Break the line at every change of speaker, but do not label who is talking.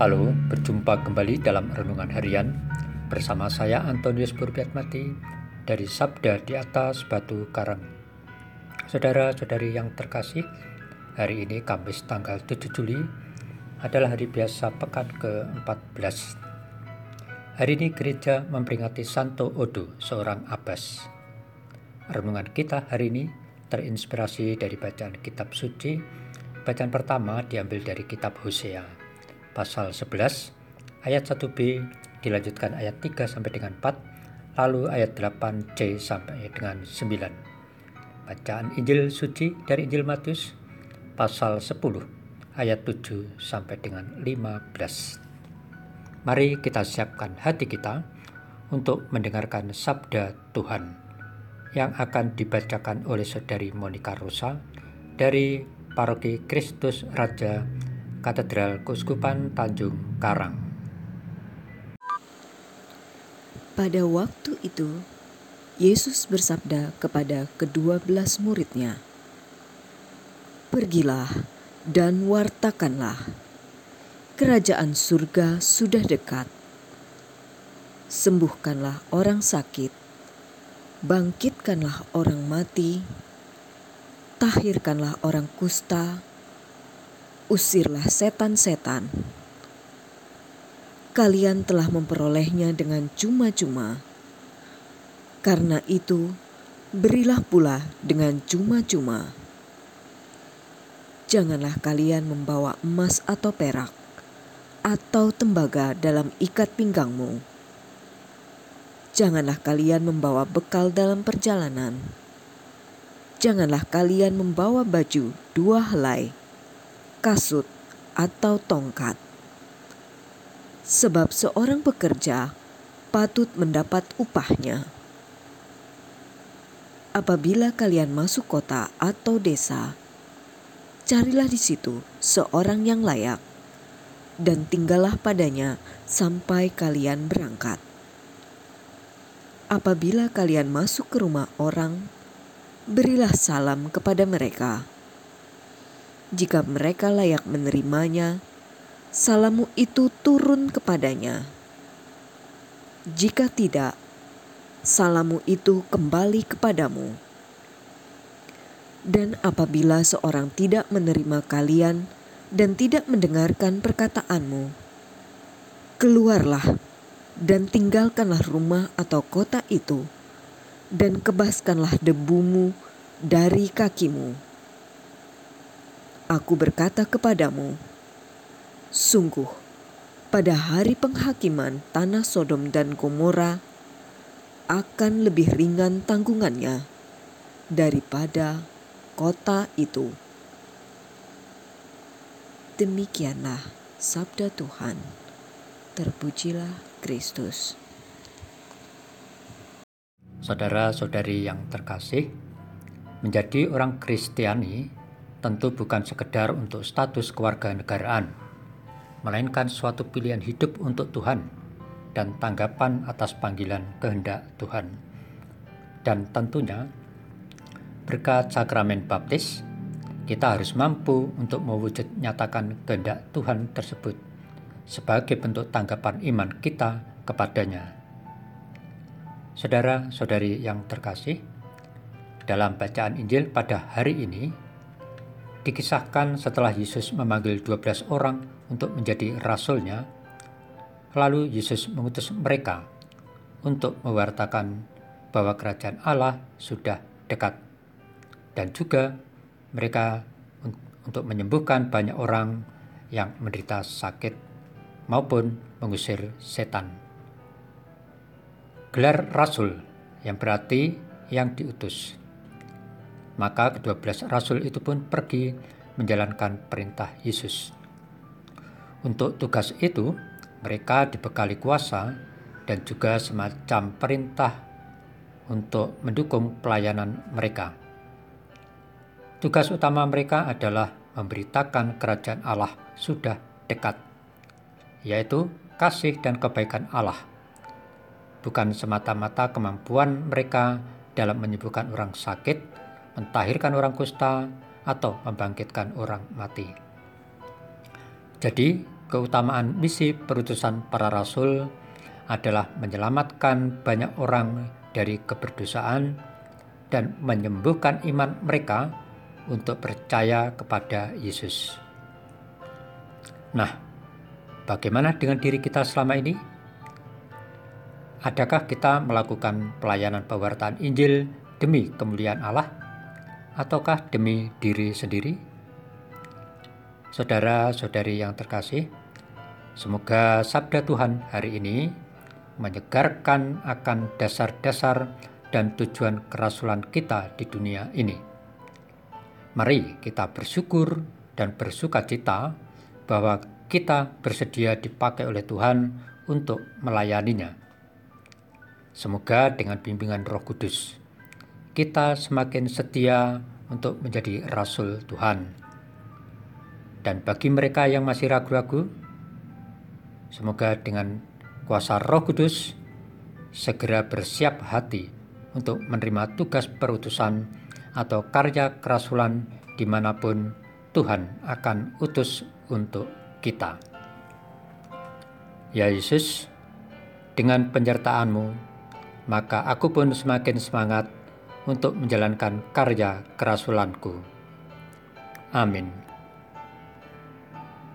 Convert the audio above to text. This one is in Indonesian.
Halo, berjumpa kembali dalam Renungan Harian bersama saya Antonius Burbiatmati dari Sabda di Atas Batu Karang. Saudara-saudari yang terkasih, hari ini Kamis tanggal 7 Juli adalah hari biasa pekan ke-14. Hari ini gereja memperingati Santo Odo, seorang abbas. Renungan kita hari ini terinspirasi dari bacaan kitab suci. Bacaan pertama diambil dari kitab Hosea, pasal 11, ayat 1b, dilanjutkan ayat 3 sampai dengan 4, lalu ayat 8c sampai dengan 9. Bacaan Injil suci dari Injil Matius, pasal 10, ayat 7 sampai dengan 15. Mari kita siapkan hati kita untuk mendengarkan sabda Tuhan yang akan dibacakan oleh Saudari Monica Rosa dari Paroki Kristus Raja Katedral Keuskupan Tanjung Karang.
Pada waktu itu, Yesus bersabda kepada ke-12 murid-Nya, "Pergilah dan wartakanlah, kerajaan surga sudah dekat. Sembuhkanlah orang sakit, bangkitkanlah orang mati, tahirkanlah orang kusta, usirlah setan-setan. Kalian telah memperolehnya dengan cuma-cuma. Karena itu, berilah pula dengan cuma-cuma. Janganlah kalian membawa emas atau perak, atau tembaga dalam ikat pinggangmu. Janganlah kalian membawa bekal dalam perjalanan. Janganlah kalian membawa baju 2 helai, kasut, atau tongkat. Sebab seorang pekerja patut mendapat upahnya. Apabila kalian masuk kota atau desa, carilah di situ seorang yang layak, dan tinggallah padanya sampai kalian berangkat. Apabila kalian masuk ke rumah orang, berilah salam kepada mereka. Jika mereka layak menerimanya, salammu itu turun kepadanya. Jika tidak, salammu itu kembali kepadamu. Dan apabila seorang tidak menerima kalian dan tidak mendengarkan perkataanmu, keluarlah dan tinggalkanlah rumah atau kota itu, dan kebaskanlah debumu dari kakimu. Aku berkata kepadamu, sungguh, pada hari penghakiman tanah Sodom dan Gomora akan lebih ringan tanggungannya daripada kota itu." Demikianlah sabda Tuhan. Terpujilah Kristus.
Saudara-saudari yang terkasih, menjadi orang Kristiani tentu bukan sekedar untuk status kewarganegaraan, melainkan suatu pilihan hidup untuk Tuhan dan tanggapan atas panggilan kehendak Tuhan. Dan tentunya, berkat sakramen baptis, kita harus mampu untuk mewujud nyatakan kehendak Tuhan tersebut sebagai bentuk tanggapan iman kita kepadanya. Saudara-saudari yang terkasih, dalam bacaan Injil pada hari ini dikisahkan setelah Yesus memanggil 12 orang untuk menjadi rasul-Nya, lalu Yesus mengutus mereka untuk mewartakan bahwa kerajaan Allah sudah dekat, dan juga mereka untuk menyembuhkan banyak orang yang menderita sakit maupun mengusir setan. Gelar rasul yang berarti yang diutus. Maka ke-12 rasul itu pun pergi menjalankan perintah Yesus. Untuk tugas itu, mereka dibekali kuasa dan juga semacam perintah untuk mendukung pelayanan mereka. Tugas utama mereka adalah memberitakan kerajaan Allah sudah dekat, yaitu kasih dan kebaikan Allah, bukan semata-mata kemampuan mereka dalam menyembuhkan orang sakit, mentahirkan orang kusta, atau membangkitkan orang mati. Jadi, keutamaan misi perutusan para rasul adalah menyelamatkan banyak orang dari keberdosaan dan menyembuhkan iman mereka untuk percaya kepada Yesus. Nah, bagaimana dengan diri kita selama ini? Adakah kita melakukan pelayanan pewartaan Injil demi kemuliaan Allah, ataukah demi diri sendiri? Saudara-saudari yang terkasih, semoga sabda Tuhan hari ini menyegarkan akan dasar-dasar dan tujuan kerasulan kita di dunia ini. Mari kita bersyukur dan bersukacita bahwa kita bersedia dipakai oleh Tuhan untuk melayaninya. Semoga dengan bimbingan Roh Kudus, kita semakin setia untuk menjadi rasul Tuhan. Dan bagi mereka yang masih ragu-ragu, semoga dengan kuasa Roh Kudus segera bersiap hati untuk menerima tugas perutusan atau karya kerasulan dimanapun Tuhan akan utus untuk kita. Ya Yesus, dengan penyertaan-Mu, maka aku pun semakin semangat untuk menjalankan karya kerasulanku. Amin.